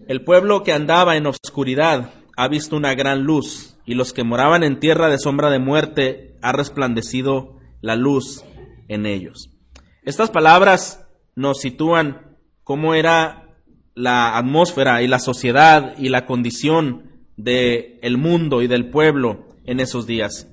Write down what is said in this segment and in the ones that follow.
El pueblo que andaba en obscuridad ha visto una gran luz, y los que moraban en tierra de sombra de muerte ha resplandecido la luz en ellos. Estas palabras nos sitúan cómo era la atmósfera y la sociedad y la condición del mundo y del pueblo en esos días.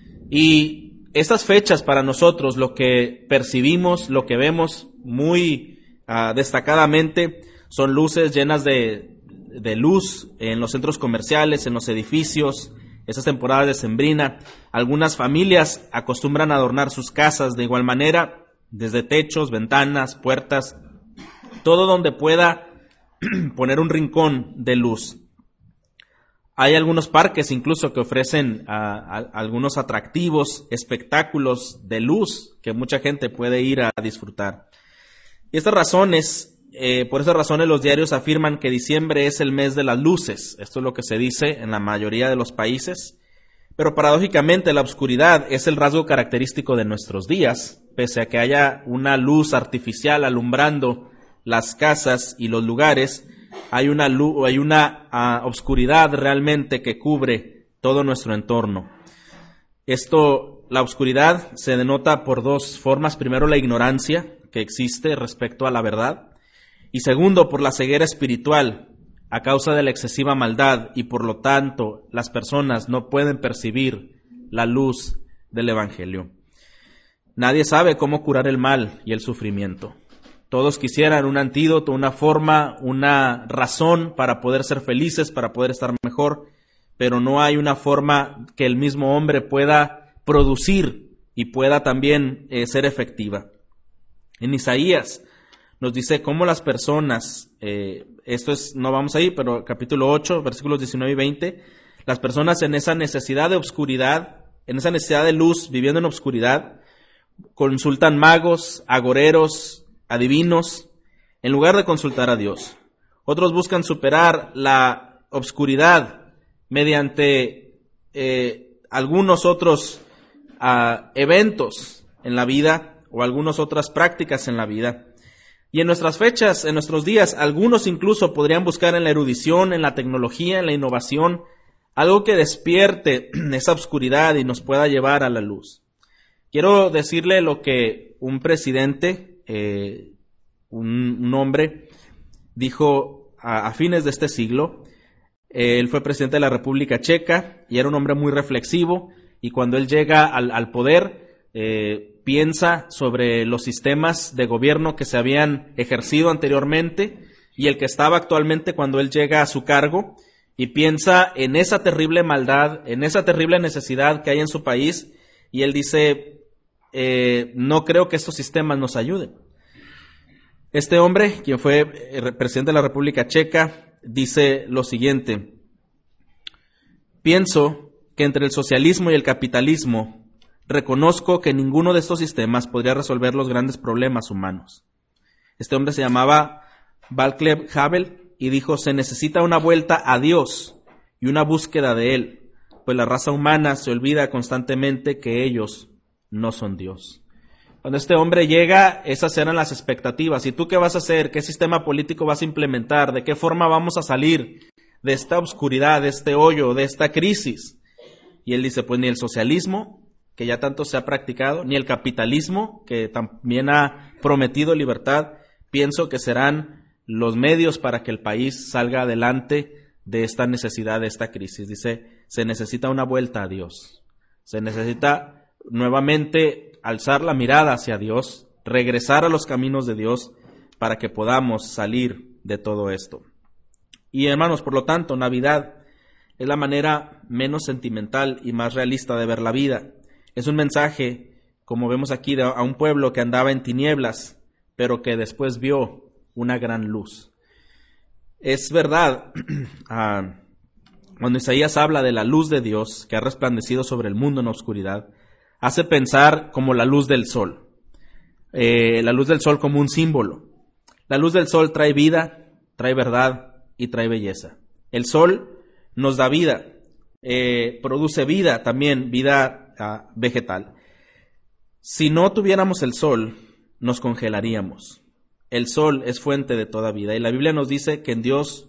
Y estas fechas para nosotros, lo que percibimos, lo que vemos muy destacadamente, son luces llenas de luz en los centros comerciales, en los edificios. Esas temporadas de sembrina, algunas familias acostumbran a adornar sus casas de igual manera, desde techos, ventanas, puertas, todo donde pueda poner un rincón de luz. Hay algunos parques incluso que ofrecen algunos atractivos, espectáculos de luz que mucha gente puede ir a disfrutar. Y por esas razones los diarios afirman que diciembre es el mes de las luces. Esto es lo que se dice en la mayoría de los países. Pero paradójicamente la oscuridad es el rasgo característico de nuestros días, pese a que haya una luz artificial alumbrando las casas y los lugares. Hay una oscuridad realmente que cubre todo nuestro entorno. La oscuridad se denota por dos formas. Primero, la ignorancia que existe respecto a la verdad. Y segundo, por la ceguera espiritual a causa de la excesiva maldad, y por lo tanto las personas no pueden percibir la luz del Evangelio. Nadie sabe cómo curar el mal y el sufrimiento. Todos quisieran un antídoto, una forma, una razón para poder ser felices, para poder estar mejor, pero no hay una forma que el mismo hombre pueda producir y pueda también ser efectiva. En Isaías nos dice cómo las personas, no vamos ahí, pero capítulo 8, versículos 19 y 20, las personas en esa necesidad de obscuridad, en esa necesidad de luz, viviendo en obscuridad, consultan magos, agoreros, adivinos, en lugar de consultar a Dios. Otros buscan superar la obscuridad mediante algunos otros eventos en la vida o algunas otras prácticas en la vida. Y en nuestras fechas, en nuestros días, algunos incluso podrían buscar en la erudición, en la tecnología, en la innovación, algo que despierte esa oscuridad y nos pueda llevar a la luz. Quiero decirle lo que un presidente, un hombre, dijo a fines de este siglo. Él fue presidente de la República Checa y era un hombre muy reflexivo, y cuando él llega al poder, piensa sobre los sistemas de gobierno que se habían ejercido anteriormente y el que estaba actualmente cuando él llega a su cargo, y piensa en esa terrible maldad, en esa terrible necesidad que hay en su país, y él dice, no creo que estos sistemas nos ayuden. Este hombre, quien fue presidente de la República Checa, dice lo siguiente: pienso que entre el socialismo y el capitalismo reconozco que ninguno de estos sistemas podría resolver los grandes problemas humanos. Este hombre se llamaba Václav Havel y dijo, se necesita una vuelta a Dios y una búsqueda de Él, pues la raza humana se olvida constantemente que ellos no son Dios. Cuando este hombre llega, esas eran las expectativas. ¿Y tú qué vas a hacer? ¿Qué sistema político vas a implementar? ¿De qué forma vamos a salir de esta oscuridad, de este hoyo, de esta crisis? Y él dice, pues ni el socialismo, que ya tanto se ha practicado, ni el capitalismo, que también ha prometido libertad, pienso que serán los medios para que el país salga adelante de esta necesidad, de esta crisis. Dice, se necesita una vuelta a Dios. Se necesita nuevamente alzar la mirada hacia Dios, regresar a los caminos de Dios para que podamos salir de todo esto. Y hermanos, por lo tanto, Navidad es la manera menos sentimental y más realista de ver la vida. Es un mensaje, como vemos aquí, a un pueblo que andaba en tinieblas, pero que después vio una gran luz. Es verdad, cuando Isaías habla de la luz de Dios que ha resplandecido sobre el mundo en la oscuridad, hace pensar como la luz del sol. La luz del sol como un símbolo. La luz del sol trae vida, trae verdad y trae belleza. El sol nos da vida, produce vida también, vida vegetal. Si no tuviéramos el sol, nos congelaríamos. El sol es fuente de toda vida y la Biblia nos dice que en Dios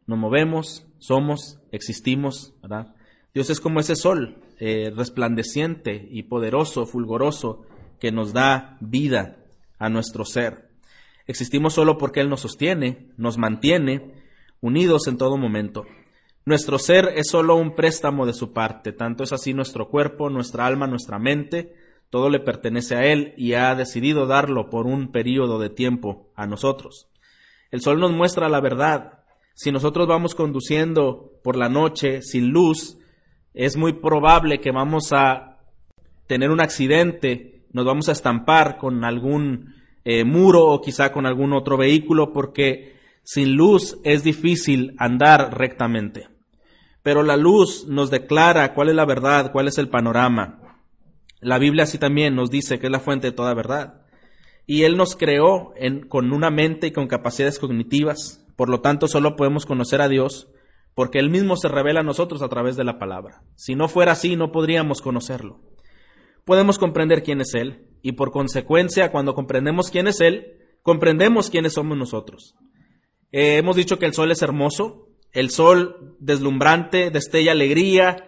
nos movemos, somos, existimos, ¿verdad? Dios es como ese sol resplandeciente y poderoso, fulgoroso, que nos da vida a nuestro ser. Existimos solo porque Él nos sostiene, nos mantiene unidos en todo momento. Nuestro ser es solo un préstamo de su parte, tanto es así nuestro cuerpo, nuestra alma, nuestra mente, todo le pertenece a Él y ha decidido darlo por un período de tiempo a nosotros. El sol nos muestra la verdad. Si nosotros vamos conduciendo por la noche sin luz, es muy probable que vamos a tener un accidente, nos vamos a estampar con algún muro o quizá con algún otro vehículo, porque sin luz es difícil andar rectamente. Pero la luz nos declara cuál es la verdad, cuál es el panorama. La Biblia así también nos dice que es la fuente de toda verdad. Y Él nos creó con una mente y con capacidades cognitivas. Por lo tanto, solo podemos conocer a Dios porque Él mismo se revela a nosotros a través de la palabra. Si no fuera así, no podríamos conocerlo. Podemos comprender quién es Él y por consecuencia, cuando comprendemos quién es Él, comprendemos quiénes somos nosotros. Hemos dicho que el sol es hermoso. El sol deslumbrante, destella alegría.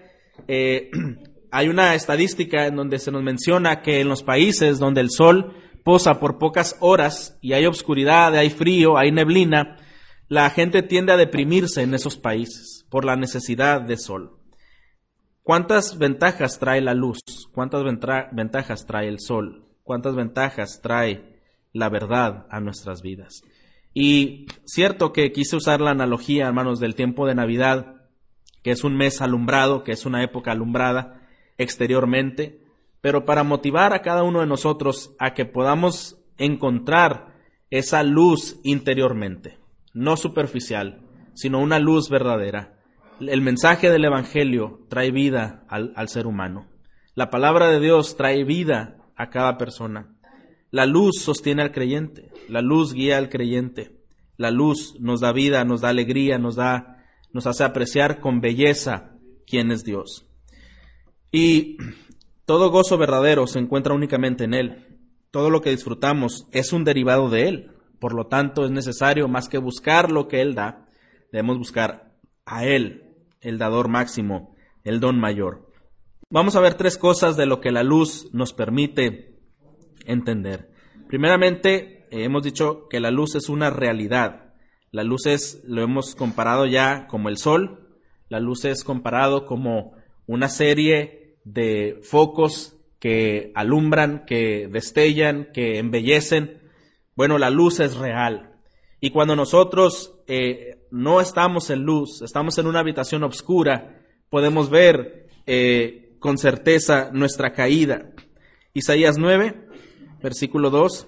Hay una estadística en donde se nos menciona que en los países donde el sol posa por pocas horas y hay obscuridad, hay frío, hay neblina, la gente tiende a deprimirse en esos países por la necesidad de sol. ¿Cuántas ventajas trae la luz? ¿Cuántas ventajas trae el sol? ¿Cuántas ventajas trae la verdad a nuestras vidas? Y cierto que quise usar la analogía, hermanos, del tiempo de Navidad, que es un mes alumbrado, que es una época alumbrada exteriormente, pero para motivar a cada uno de nosotros a que podamos encontrar esa luz interiormente, no superficial, sino una luz verdadera. El mensaje del Evangelio trae vida al ser humano. La palabra de Dios trae vida a cada persona. La luz sostiene al creyente, la luz guía al creyente, la luz nos da vida, nos da alegría, nos hace apreciar con belleza quién es Dios. Y todo gozo verdadero se encuentra únicamente en Él. Todo lo que disfrutamos es un derivado de Él. Por lo tanto, es necesario, más que buscar lo que Él da, debemos buscar a Él, el dador máximo, el don mayor. Vamos a ver 3 cosas de lo que la luz nos permite entender. Primeramente, hemos dicho que la luz es una realidad. La luz lo hemos comparado ya como el sol. La luz es comparado como una serie de focos que alumbran, que destellan, que embellecen. Bueno, la luz es real. Y cuando nosotros no estamos en luz, estamos en una habitación oscura, podemos ver con certeza nuestra caída. Isaías 9, versículo 2.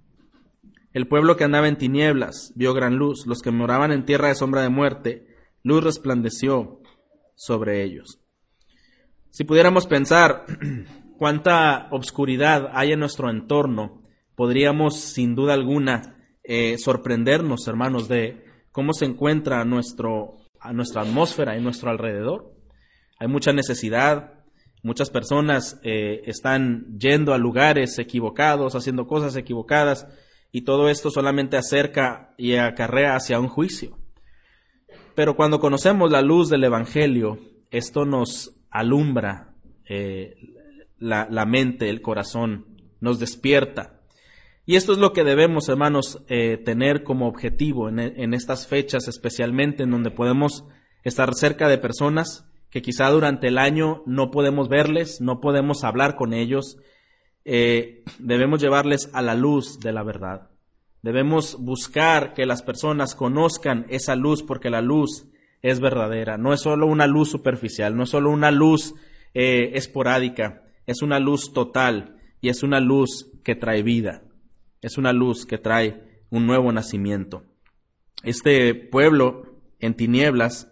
El pueblo que andaba en tinieblas vio gran luz. Los que moraban en tierra de sombra de muerte, luz resplandeció sobre ellos. Si pudiéramos pensar cuánta obscuridad hay en nuestro entorno, podríamos sin duda alguna sorprendernos, hermanos, de cómo se encuentra nuestra atmósfera y nuestro alrededor. Hay mucha necesidad. Muchas personas están yendo a lugares equivocados, haciendo cosas equivocadas, y todo esto solamente acerca y acarrea hacia un juicio. Pero cuando conocemos la luz del Evangelio, esto nos alumbra la mente, el corazón, nos despierta. Y esto es lo que debemos, hermanos, tener como objetivo en estas fechas, especialmente en donde podemos estar cerca de personas que quizá durante el año no podemos verles, no podemos hablar con ellos. Debemos llevarles a la luz de la verdad. Debemos buscar que las personas conozcan esa luz, porque la luz es verdadera. No es solo una luz superficial, no es solo una luz esporádica, es una luz total y es una luz que trae vida. Es una luz que trae un nuevo nacimiento. Este pueblo en tinieblas,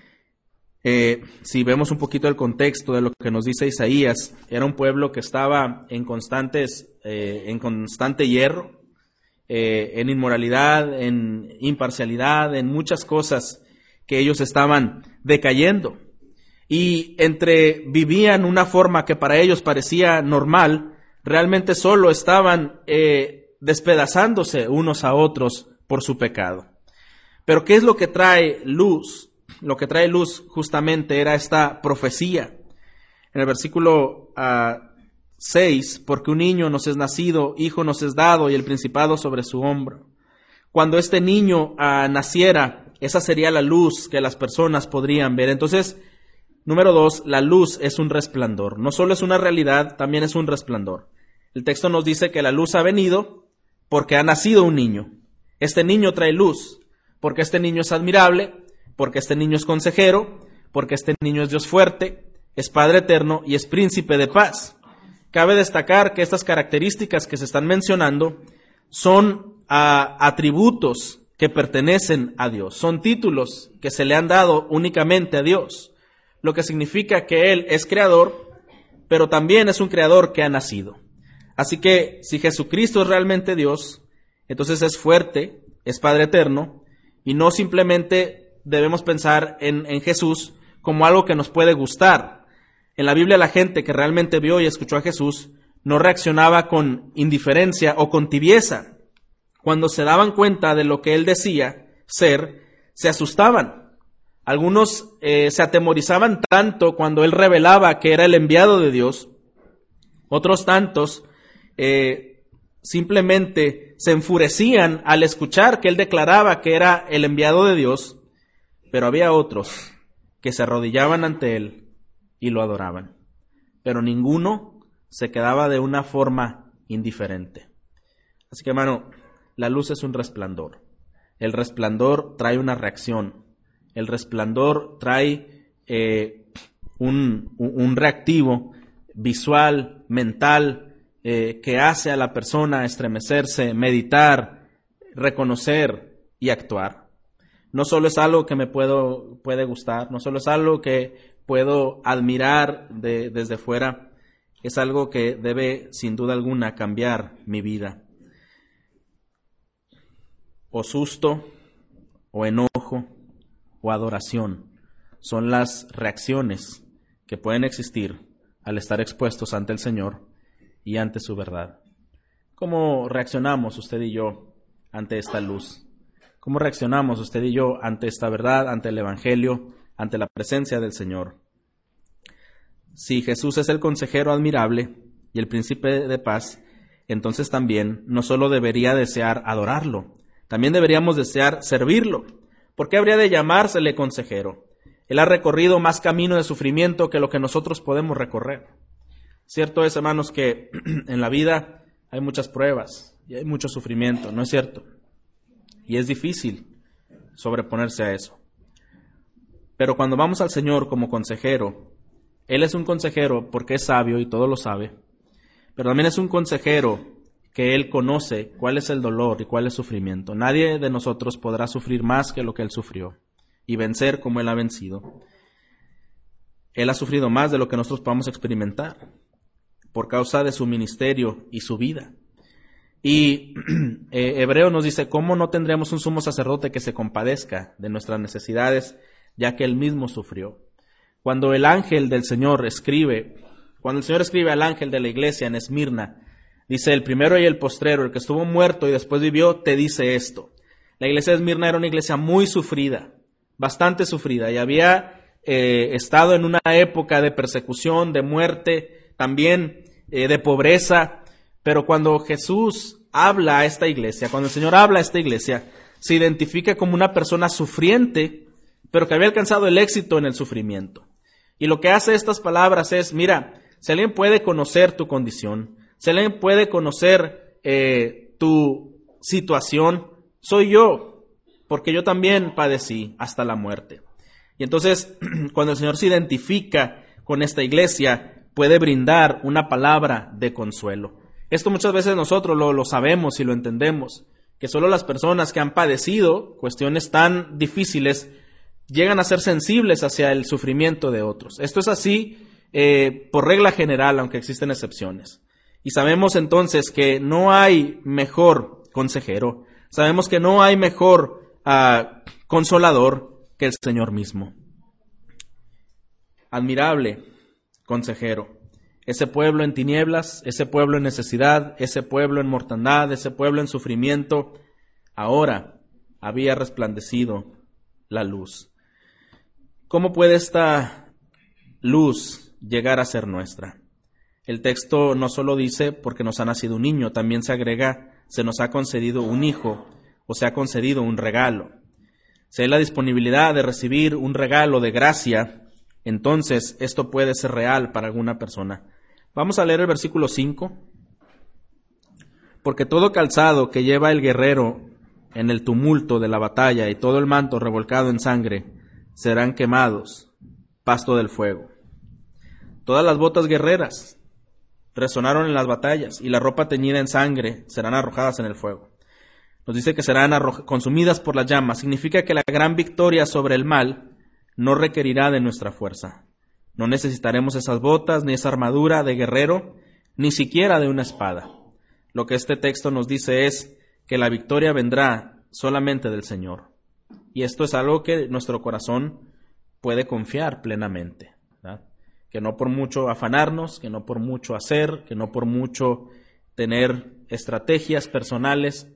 si vemos un poquito el contexto de lo que nos dice Isaías, era un pueblo que estaba en constante hierro, en inmoralidad, en imparcialidad, en muchas cosas que ellos estaban decayendo. Y vivían una forma que para ellos parecía normal, realmente solo estaban despedazándose unos a otros por su pecado. Pero ¿qué es lo que trae luz? Lo que trae luz justamente era esta profecía. En el versículo 6, porque un niño nos es nacido, hijo nos es dado y el principado sobre su hombro. Cuando este niño naciera, esa sería la luz que las personas podrían ver. Entonces, número 2, la luz es un resplandor. No solo es una realidad, también es un resplandor. El texto nos dice que la luz ha venido porque ha nacido un niño. Este niño trae luz, porque este niño es admirable, porque este niño es consejero, porque este niño es Dios fuerte, es Padre eterno y es príncipe de paz. Cabe destacar que estas características que se están mencionando son atributos que pertenecen a Dios, son títulos que se le han dado únicamente a Dios, lo que significa que Él es creador, pero también es un creador que ha nacido. Así que si Jesucristo es realmente Dios, entonces es fuerte, es Padre eterno, y no simplemente debemos pensar en Jesús como algo que nos puede gustar. En la Biblia la gente que realmente vio y escuchó a Jesús no reaccionaba con indiferencia o con tibieza. Cuando se daban cuenta de lo que Él decía ser, se asustaban. Algunos se atemorizaban tanto cuando Él revelaba que era el enviado de Dios. Otros tantos simplemente se enfurecían al escuchar que Él declaraba que era el enviado de Dios, pero había otros que se arrodillaban ante Él y lo adoraban. Pero ninguno se quedaba de una forma indiferente. Así que, hermano, la luz es un resplandor. El resplandor trae una reacción. El resplandor trae un reactivo visual, mental, que hace a la persona estremecerse, meditar, reconocer y actuar. No solo es algo que me puede gustar, no solo es algo que puedo admirar desde fuera, es algo que debe sin duda alguna cambiar mi vida. O susto, o enojo, o adoración son las reacciones que pueden existir al estar expuestos ante el Señor y ante su verdad. ¿Cómo reaccionamos usted y yo ante esta luz? ¿Cómo reaccionamos usted y yo ante esta verdad, ante el Evangelio, ante la presencia del Señor? Si Jesús es el consejero admirable y el príncipe de paz, entonces también no solo debería desear adorarlo, también deberíamos desear servirlo. ¿Por qué habría de llamársele consejero? Él ha recorrido más camino de sufrimiento que lo que nosotros podemos recorrer. Cierto es, hermanos, que en la vida hay muchas pruebas y hay mucho sufrimiento, ¿no es cierto? Y es difícil sobreponerse a eso. Pero cuando vamos al Señor como consejero, Él es un consejero porque es sabio y todo lo sabe, pero también es un consejero que Él conoce cuál es el dolor y cuál es el sufrimiento. Nadie de nosotros podrá sufrir más que lo que Él sufrió y vencer como Él ha vencido. Él ha sufrido más de lo que nosotros podamos experimentar por causa de su ministerio y su vida. Y Hebreo nos dice, ¿cómo no tendremos un sumo sacerdote que se compadezca de nuestras necesidades, ya que Él mismo sufrió? Cuando el ángel del Señor cuando el Señor escribe al ángel de la iglesia en Esmirna, dice, el primero y el postrero, el que estuvo muerto y después vivió, te dice esto. La iglesia de Esmirna era una iglesia muy sufrida, bastante sufrida, y había estado en una época de persecución, de muerte, también de pobreza. Pero cuando Jesús habla a esta iglesia, cuando el Señor habla a esta iglesia, se identifica como una persona sufriente, pero que había alcanzado el éxito en el sufrimiento. Y lo que hace estas palabras es, mira, si alguien puede conocer tu condición, si alguien puede conocer tu situación, soy yo, porque yo también padecí hasta la muerte. Y entonces, cuando el Señor se identifica con esta iglesia, puede brindar una palabra de consuelo. Esto muchas veces nosotros lo sabemos y lo entendemos, que solo las personas que han padecido cuestiones tan difíciles llegan a ser sensibles hacia el sufrimiento de otros. Esto es así por regla general, aunque existen excepciones. Y sabemos entonces que no hay mejor consejero, sabemos que no hay mejor consolador que el Señor mismo. Admirable consejero. Ese pueblo en tinieblas, ese pueblo en necesidad, ese pueblo en mortandad, ese pueblo en sufrimiento, ahora había resplandecido la luz. ¿Cómo puede esta luz llegar a ser nuestra? El texto no solo dice porque nos ha nacido un niño, también se agrega, se nos ha concedido un hijo o se ha concedido un regalo. Si hay la disponibilidad de recibir un regalo de gracia, entonces esto puede ser real para alguna persona. Vamos a leer el versículo 5. Porque todo calzado que lleva el guerrero en el tumulto de la batalla y todo el manto revolcado en sangre serán quemados, pasto del fuego. Todas las botas guerreras resonaron en las batallas y la ropa teñida en sangre serán arrojadas en el fuego. Nos dice que serán consumidas por las llamas. Significa que la gran victoria sobre el mal no requerirá de nuestra fuerza. No necesitaremos esas botas, ni esa armadura de guerrero, ni siquiera de una espada. Lo que este texto nos dice es que la victoria vendrá solamente del Señor. Y esto es algo que nuestro corazón puede confiar plenamente, ¿verdad? Que no por mucho afanarnos, que no por mucho hacer, que no por mucho tener estrategias personales,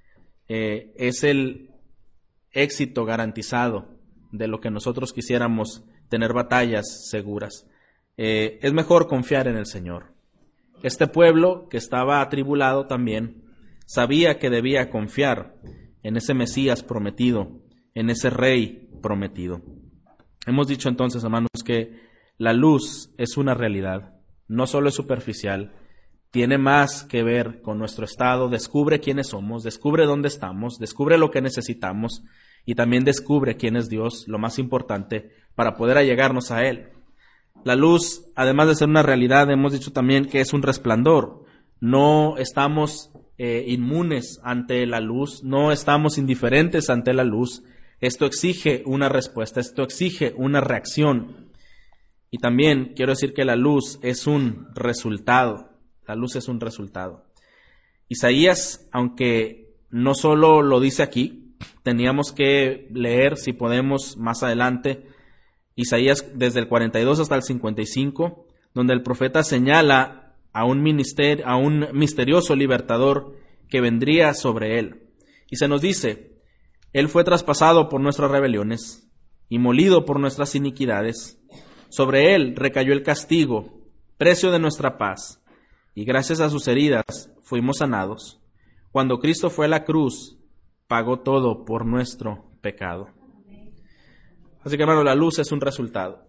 es el éxito garantizado de lo que nosotros quisiéramos tener batallas seguras. Es mejor confiar en el Señor. Este pueblo que estaba atribulado también sabía que debía confiar en ese Mesías prometido, en ese Rey prometido. Hemos dicho entonces, hermanos, que la luz es una realidad, no solo es superficial, tiene más que ver con nuestro estado, descubre quiénes somos, descubre dónde estamos, descubre lo que necesitamos y también descubre quién es Dios, lo más importante, para poder allegarnos a Él. La luz, además de ser una realidad, hemos dicho también que es un resplandor. No estamos inmunes ante la luz, no estamos indiferentes ante la luz. Esto exige una respuesta, esto exige una reacción. Y también quiero decir que la luz es un resultado. La luz es un resultado. Isaías, aunque no solo lo dice aquí, teníamos que leer, si podemos, más adelante, Isaías desde el 42 hasta el 55, donde el profeta señala a un misterioso libertador que vendría sobre él. Y se nos dice, Él fue traspasado por nuestras rebeliones y molido por nuestras iniquidades. Sobre Él recayó el castigo, precio de nuestra paz, y gracias a sus heridas fuimos sanados. Cuando Cristo fue a la cruz, pagó todo por nuestro pecado. Así que, hermano, la luz es un resultado.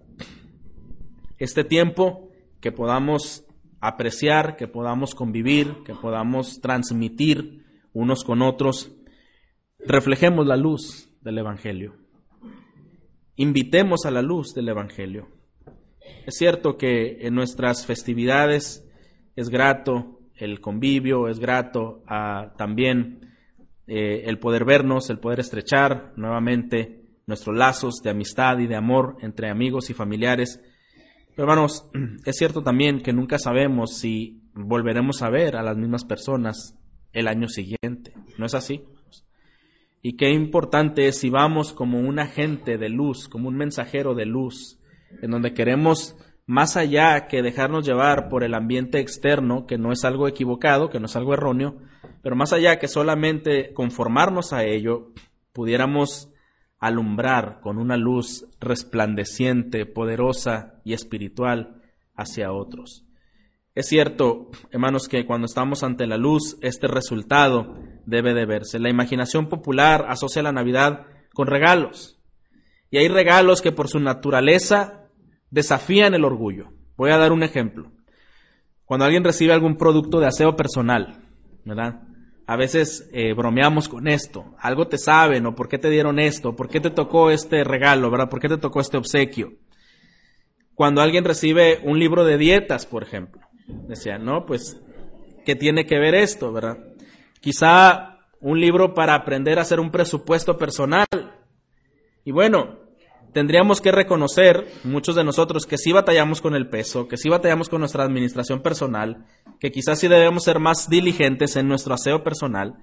Este tiempo que podamos apreciar, que podamos convivir, que podamos transmitir unos con otros, reflejemos la luz del Evangelio. Invitemos a la luz del Evangelio. Es cierto que en nuestras festividades es grato el convivio, es grato también el poder vernos, el poder estrechar nuevamente nuestros lazos de amistad y de amor entre amigos y familiares. Pero hermanos, es cierto también que nunca sabemos si volveremos a ver a las mismas personas el año siguiente. ¿No es así? Y qué importante es si vamos como un agente de luz, como un mensajero de luz, en donde queremos más allá que dejarnos llevar por el ambiente externo, que no es algo equivocado, que no es algo erróneo, pero más allá que solamente conformarnos a ello, pudiéramos alumbrar con una luz resplandeciente, poderosa y espiritual hacia otros. Es cierto, hermanos, que cuando estamos ante la luz, este resultado debe de verse. La imaginación popular asocia la Navidad con regalos. Y hay regalos que por su naturaleza desafían el orgullo. Voy a dar un ejemplo. Cuando alguien recibe algún producto de aseo personal, ¿verdad? A veces bromeamos con esto. Algo te saben, o por qué te dieron esto, por qué te tocó este regalo, ¿verdad? ¿Por qué te tocó este obsequio? Cuando alguien recibe un libro de dietas, por ejemplo, decía, no, pues, ¿qué tiene que ver esto, verdad? Quizá un libro para aprender a hacer un presupuesto personal. Y bueno, tendríamos que reconocer, muchos de nosotros, que sí batallamos con el peso, que sí batallamos con nuestra administración personal, que quizás sí debemos ser más diligentes en nuestro aseo personal.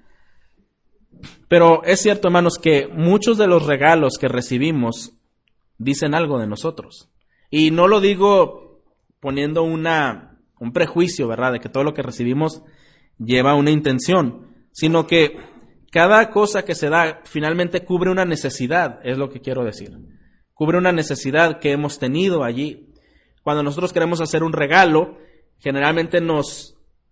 Pero es cierto, hermanos, que muchos de los regalos que recibimos dicen algo de nosotros. Y no lo digo poniendo un prejuicio, ¿verdad?, de que todo lo que recibimos lleva una intención, sino que cada cosa que se da finalmente cubre una necesidad, es lo que quiero decir. Cubre una necesidad que hemos tenido allí. Cuando nosotros queremos hacer un regalo, generalmente nos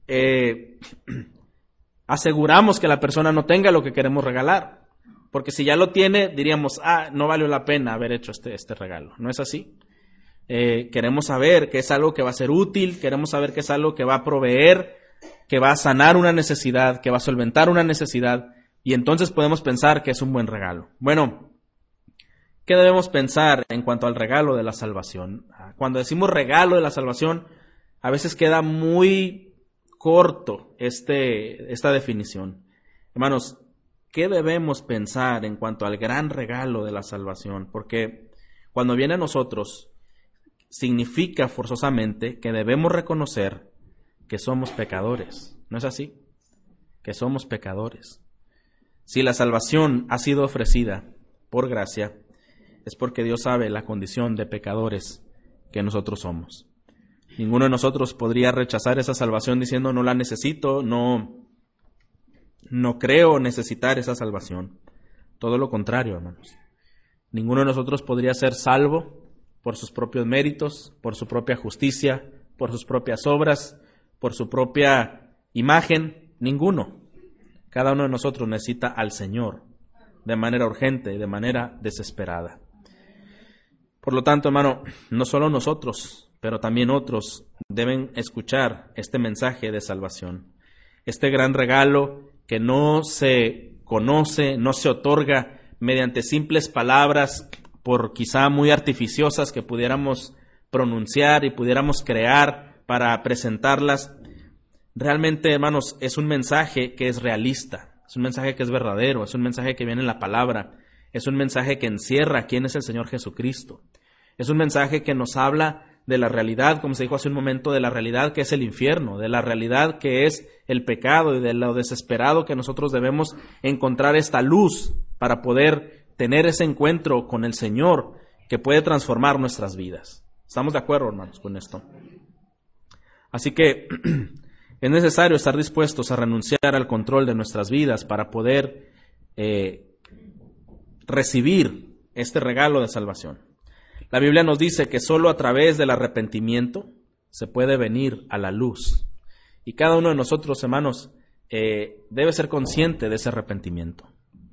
aseguramos que la persona no tenga lo que queremos regalar. Porque si ya lo tiene, diríamos, no valió la pena haber hecho este regalo. ¿No es así? Queremos saber que es algo que va a ser útil, queremos saber que es algo que va a proveer, que va a sanar una necesidad, que va a solventar una necesidad, y entonces podemos pensar que es un buen regalo. Bueno, ¿qué debemos pensar en cuanto al regalo de la salvación? Cuando decimos regalo de la salvación, a veces queda muy corto esta definición. Hermanos, ¿qué debemos pensar en cuanto al gran regalo de la salvación? Porque cuando viene a nosotros, significa forzosamente que debemos reconocer que somos pecadores. ¿No es así? Que somos pecadores. Si la salvación ha sido ofrecida por gracia, es porque Dios sabe la condición de pecadores que nosotros somos. Ninguno de nosotros podría rechazar esa salvación diciendo no la necesito, no creo necesitar esa salvación. Todo lo contrario, hermanos. Ninguno de nosotros podría ser salvo por sus propios méritos, por su propia justicia, por sus propias obras, por su propia imagen. Ninguno. Cada uno de nosotros necesita al Señor de manera urgente y de manera desesperada. Por lo tanto, hermano, no solo nosotros, pero también otros deben escuchar este mensaje de salvación. Este gran regalo que no se conoce, no se otorga mediante simples palabras, por quizá muy artificiosas que pudiéramos pronunciar y pudiéramos crear para presentarlas. Realmente, hermanos, es un mensaje que es realista, es un mensaje que es verdadero, es un mensaje que viene en la palabra, es un mensaje que encierra quién es el Señor Jesucristo. Es un mensaje que nos habla de la realidad, como se dijo hace un momento, de la realidad que es el infierno, de la realidad que es el pecado y de lo desesperado que nosotros debemos encontrar esta luz para poder tener ese encuentro con el Señor que puede transformar nuestras vidas. ¿Estamos de acuerdo, hermanos, con esto? Así que es necesario estar dispuestos a renunciar al control de nuestras vidas para poder recibir este regalo de salvación. La Biblia nos dice que solo a través del arrepentimiento se puede venir a la luz. Y cada uno de nosotros, hermanos, debe ser consciente de ese arrepentimiento.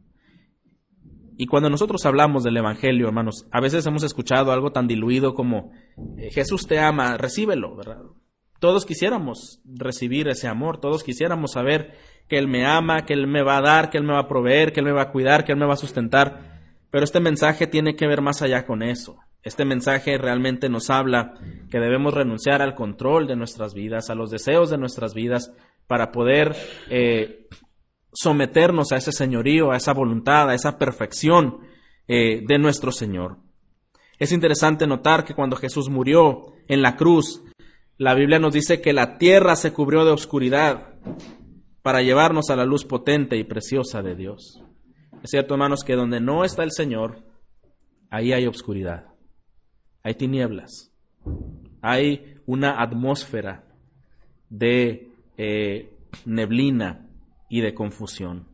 Y cuando nosotros hablamos del Evangelio, hermanos, a veces hemos escuchado algo tan diluido como Jesús te ama, recíbelo, ¿verdad? Todos quisiéramos recibir ese amor, todos quisiéramos saber que Él me ama, que Él me va a dar, que Él me va a proveer, que Él me va a cuidar, que Él me va a sustentar. Pero este mensaje tiene que ver más allá con eso. Este mensaje realmente nos habla que debemos renunciar al control de nuestras vidas, a los deseos de nuestras vidas, para poder someternos a ese señorío, a esa voluntad, a esa perfección de nuestro Señor. Es interesante notar que cuando Jesús murió en la cruz, la Biblia nos dice que la tierra se cubrió de oscuridad para llevarnos a la luz potente y preciosa de Dios. Es cierto, hermanos, que donde no está el Señor, ahí hay oscuridad, hay tinieblas, hay una atmósfera de neblina y de confusión.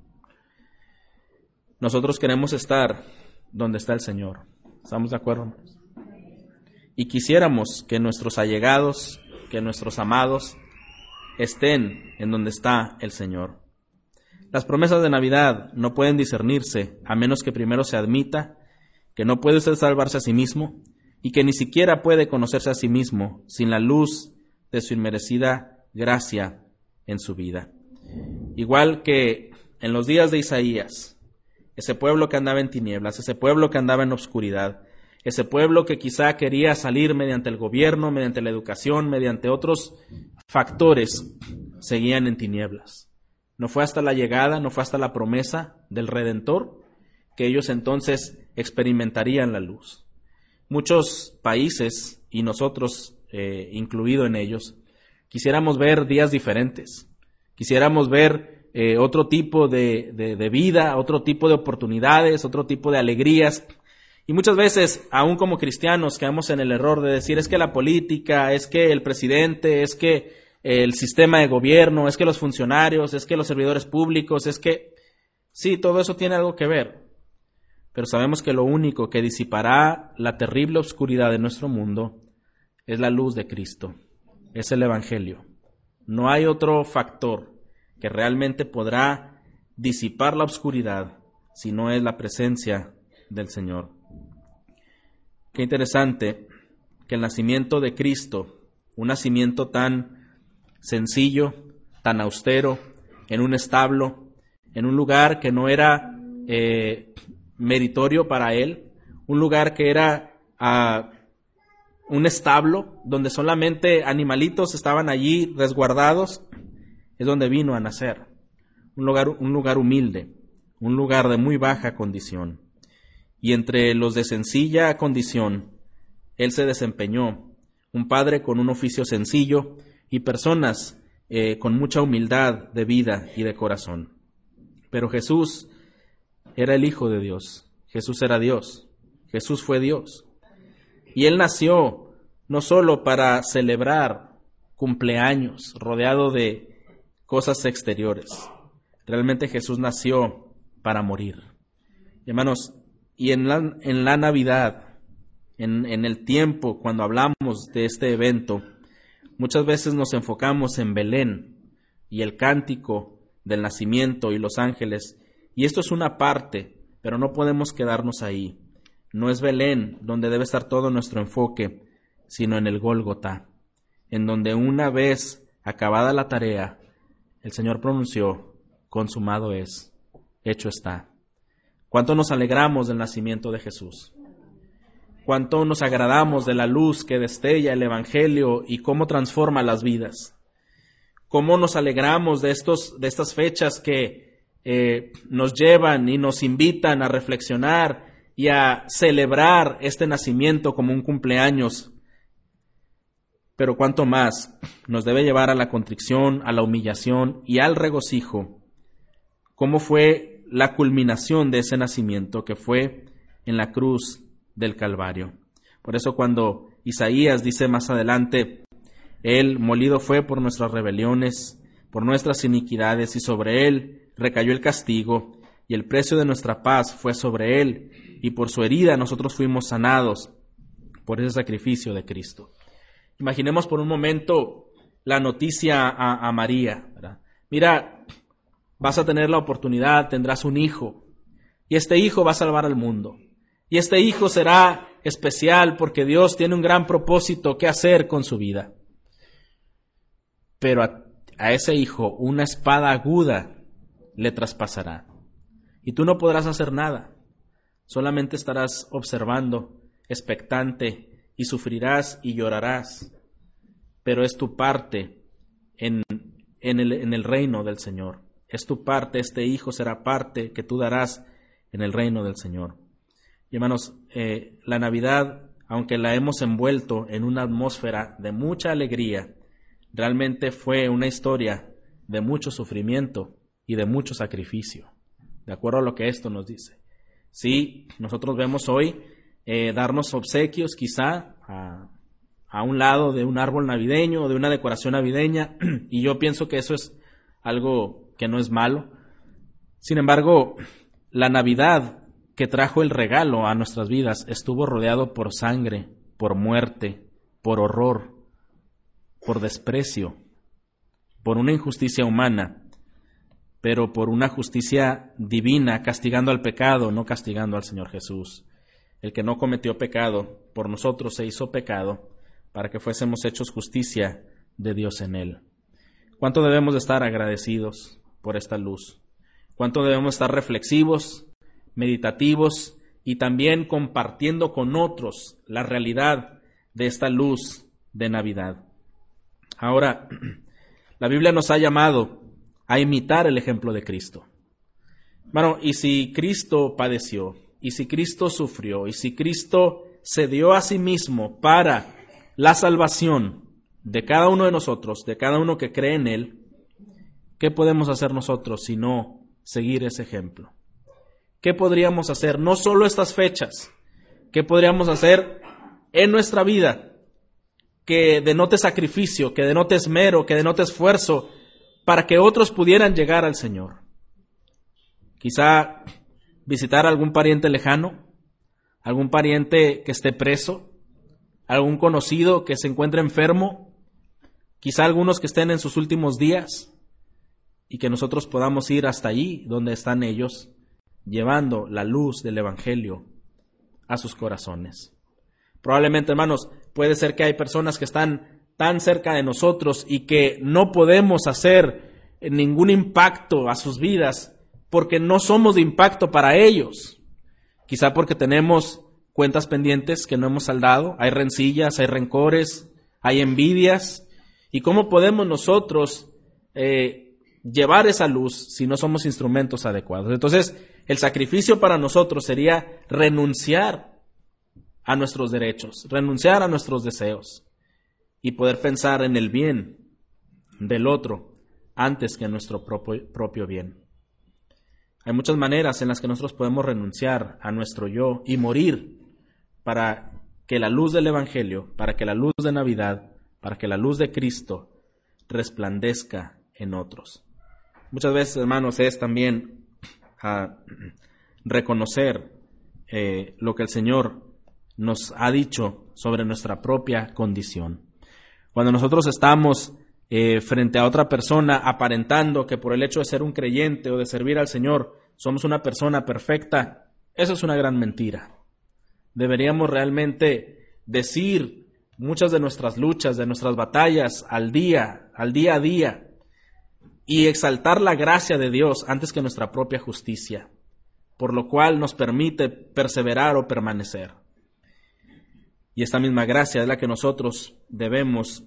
Nosotros queremos estar donde está el Señor. ¿Estamos de acuerdo, hermanos? Y quisiéramos que nuestros allegados, que nuestros amados estén en donde está el Señor. Las promesas de Navidad no pueden discernirse a menos que primero se admita que no puede usted salvarse a sí mismo y que ni siquiera puede conocerse a sí mismo sin la luz de su inmerecida gracia en su vida. Igual que en los días de Isaías, ese pueblo que andaba en tinieblas, ese pueblo que andaba en obscuridad, ese pueblo que quizá quería salir mediante el gobierno, mediante la educación, mediante otros factores, seguían en tinieblas. No fue hasta la llegada, no fue hasta la promesa del Redentor que ellos entonces experimentarían la luz. Muchos países, y nosotros incluido en ellos, quisiéramos ver días diferentes, quisiéramos ver otro tipo de vida, otro tipo de oportunidades, otro tipo de alegrías. Y muchas veces, aún como cristianos, caemos en el error de decir es que la política, es que el presidente, es que el sistema de gobierno, es que los funcionarios, es que los servidores públicos, es que... Sí, todo eso tiene algo que ver, pero sabemos que lo único que disipará la terrible oscuridad de nuestro mundo es la luz de Cristo, es el Evangelio. No hay otro factor que realmente podrá disipar la oscuridad si no es la presencia del Señor. Qué interesante que el nacimiento de Cristo, un nacimiento tan sencillo, tan austero, en un establo, en un lugar que no era meritorio para él, un lugar que era un establo donde solamente animalitos estaban allí resguardados, es donde vino a nacer. Un lugar humilde, un lugar de muy baja condición. Y entre los de sencilla condición, él se desempeñó, un padre con un oficio sencillo y personas con mucha humildad de vida y de corazón. Pero Jesús era el Hijo de Dios, Jesús era Dios, Jesús fue Dios. Y él nació no solo para celebrar cumpleaños rodeado de cosas exteriores. Realmente Jesús nació para morir. Hermanos, y en la Navidad, en el tiempo cuando hablamos de este evento, muchas veces nos enfocamos en Belén y el cántico del nacimiento y los ángeles, y esto es una parte, pero no podemos quedarnos ahí. No es Belén donde debe estar todo nuestro enfoque, sino en el Gólgota, en donde una vez acabada la tarea, el Señor pronunció: consumado es, hecho está. ¿Cuánto nos alegramos del nacimiento de Jesús? ¿Cuánto nos agradamos de la luz que destella el Evangelio y cómo transforma las vidas? ¿Cómo nos alegramos de estas fechas que nos llevan y nos invitan a reflexionar y a celebrar este nacimiento como un cumpleaños? Pero cuánto más nos debe llevar a la contrición, a la humillación y al regocijo. ¿Cómo fue la culminación de ese nacimiento que fue en la cruz del Calvario? Por eso cuando Isaías dice más adelante: Él molido fue por nuestras rebeliones, por nuestras iniquidades, y sobre Él recayó el castigo, y el precio de nuestra paz fue sobre Él, y por su herida nosotros fuimos sanados, por ese sacrificio de Cristo. Imaginemos por un momento la noticia a María, ¿verdad? Mira, vas a tener la oportunidad, tendrás un hijo, y este hijo va a salvar al mundo. Y este hijo será especial porque Dios tiene un gran propósito que hacer con su vida. Pero a ese hijo una espada aguda le traspasará. Y tú no podrás hacer nada. Solamente estarás observando, expectante, y sufrirás y llorarás. Pero es tu parte en el reino del Señor. Es tu parte, este hijo será parte que tú darás en el reino del Señor. Y hermanos, la Navidad, aunque la hemos envuelto en una atmósfera de mucha alegría, realmente fue una historia de mucho sufrimiento y de mucho sacrificio, de acuerdo a lo que esto nos dice. Sí, nosotros vemos hoy darnos obsequios quizá a un lado de un árbol navideño o de una decoración navideña, y yo pienso que eso es algo que no es malo. Sin embargo, la Navidad que trajo el regalo a nuestras vidas estuvo rodeado por sangre, por muerte, por horror, por desprecio, por una injusticia humana, pero por una justicia divina, castigando al pecado, no castigando al Señor Jesús. El que no cometió pecado, por nosotros se hizo pecado, para que fuésemos hechos justicia de Dios en Él. ¿Cuánto debemos de estar agradecidos por esta luz? ¿Cuánto debemos estar reflexivos, meditativos y también compartiendo con otros la realidad de esta luz de Navidad? Ahora, la Biblia nos ha llamado a imitar el ejemplo de Cristo. Bueno, y si Cristo padeció, y si Cristo sufrió, y si Cristo se dio a sí mismo para la salvación de cada uno de nosotros, de cada uno que cree en Él, ¿qué podemos hacer nosotros sino seguir ese ejemplo? ¿Qué podríamos hacer? No solo estas fechas, ¿qué podríamos hacer en nuestra vida que denote sacrificio, que denote esmero, que denote esfuerzo para que otros pudieran llegar al Señor? Quizá visitar a algún pariente lejano, algún pariente que esté preso, algún conocido que se encuentre enfermo, quizá algunos que estén en sus últimos días, y que nosotros podamos ir hasta allí donde están ellos, llevando la luz del Evangelio a sus corazones. Probablemente, hermanos, puede ser que hay personas que están tan cerca de nosotros y que no podemos hacer ningún impacto a sus vidas porque no somos de impacto para ellos. Quizá porque tenemos cuentas pendientes que no hemos saldado, hay rencillas, hay rencores, hay envidias. ¿Y cómo podemos nosotros llevar esa luz si no somos instrumentos adecuados? Entonces, el sacrificio para nosotros sería renunciar a nuestros derechos, renunciar a nuestros deseos y poder pensar en el bien del otro antes que en nuestro propio bien. Hay muchas maneras en las que nosotros podemos renunciar a nuestro yo y morir para que la luz del Evangelio, para que la luz de Navidad, para que la luz de Cristo resplandezca en otros. Muchas veces, hermanos, es también reconocer lo que el Señor nos ha dicho sobre nuestra propia condición. Cuando nosotros estamos frente a otra persona aparentando que por el hecho de ser un creyente o de servir al Señor somos una persona perfecta, eso es una gran mentira. Deberíamos realmente decir muchas de nuestras luchas, de nuestras batallas al día a día, y exaltar la gracia de Dios antes que nuestra propia justicia, por lo cual nos permite perseverar o permanecer. Y esta misma gracia es la que nosotros debemos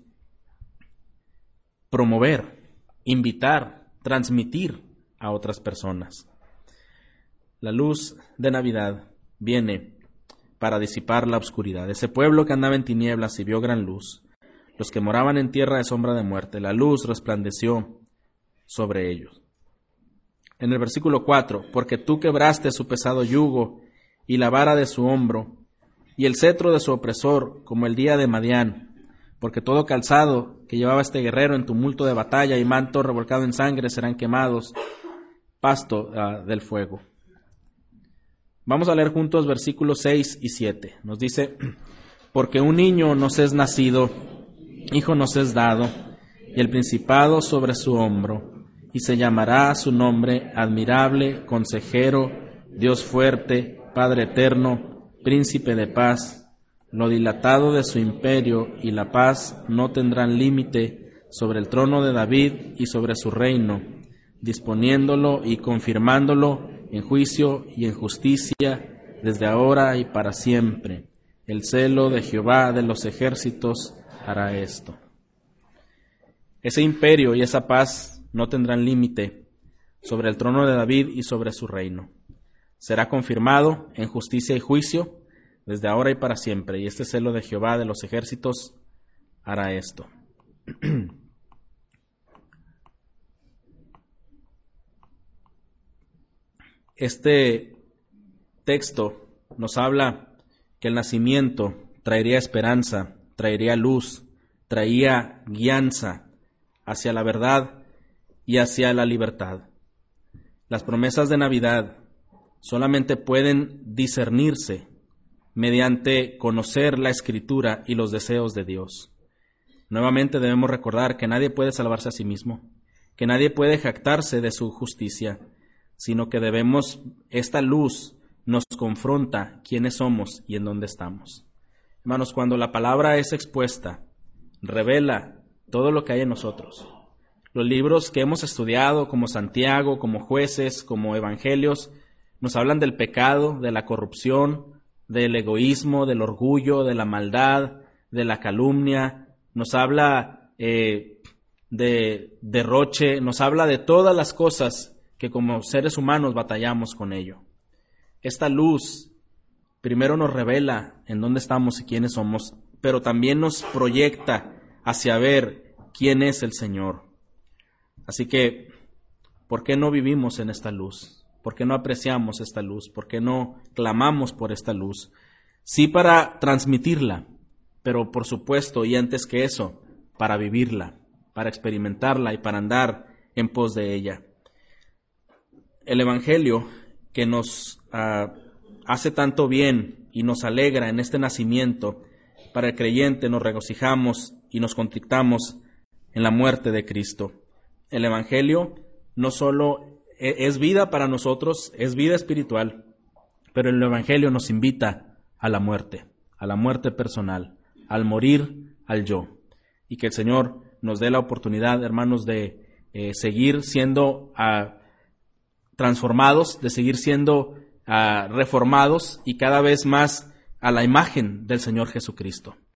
promover, invitar, transmitir a otras personas. La luz de Navidad viene para disipar la oscuridad. Ese pueblo que andaba en tinieblas y vio gran luz, los que moraban en tierra de sombra de muerte, la luz resplandeció sobre ellos. En el versículo 4, porque tú quebraste su pesado yugo y la vara de su hombro y el cetro de su opresor como el día de Madián, porque todo calzado que llevaba este guerrero en tumulto de batalla y manto revolcado en sangre serán quemados, pasto del fuego. Vamos a leer juntos versículos 6 y 7. Nos dice, porque un niño nos es nacido, hijo nos es dado, y el principado sobre su hombro, y se llamará su nombre admirable, consejero, Dios fuerte, Padre eterno, príncipe de paz. Lo dilatado de su imperio y la paz no tendrán límite sobre el trono de David y sobre su reino, disponiéndolo y confirmándolo en juicio y en justicia desde ahora y para siempre. El celo de Jehová de los ejércitos hará esto. Ese imperio y esa paz no tendrán límite sobre el trono de David y sobre su reino. Será confirmado en justicia y juicio desde ahora y para siempre, y este celo de Jehová de los ejércitos hará esto. Este texto nos habla que el nacimiento traería esperanza, traería luz, traía guianza hacia la verdad y hacia la libertad. Las promesas de Navidad solamente pueden discernirse mediante conocer la Escritura y los deseos de Dios. Nuevamente debemos recordar que nadie puede salvarse a sí mismo, que nadie puede jactarse de su justicia, sino que esta luz nos confronta quiénes somos y en dónde estamos. Hermanos, cuando la palabra es expuesta, revela todo lo que hay en nosotros. Los libros que hemos estudiado, como Santiago, como Jueces, como Evangelios, nos hablan del pecado, de la corrupción, del egoísmo, del orgullo, de la maldad, de la calumnia, nos habla de derroche, nos habla de todas las cosas que como seres humanos batallamos con ello. Esta luz primero nos revela en dónde estamos y quiénes somos, pero también nos proyecta hacia ver quién es el Señor. Así que, ¿por qué no vivimos en esta luz? ¿Por qué no apreciamos esta luz? ¿Por qué no clamamos por esta luz? Sí, para transmitirla, pero por supuesto, y antes que eso, para vivirla, para experimentarla y para andar en pos de ella. el Evangelio que nos hace tanto bien y nos alegra en este nacimiento, para el creyente nos regocijamos y nos contristamos en la muerte de Cristo. El Evangelio no solo es vida para nosotros, es vida espiritual, pero el Evangelio nos invita a la muerte personal, al morir al yo. Y que el Señor nos dé la oportunidad, hermanos, de seguir siendo transformados, de seguir siendo reformados y cada vez más a la imagen del Señor Jesucristo.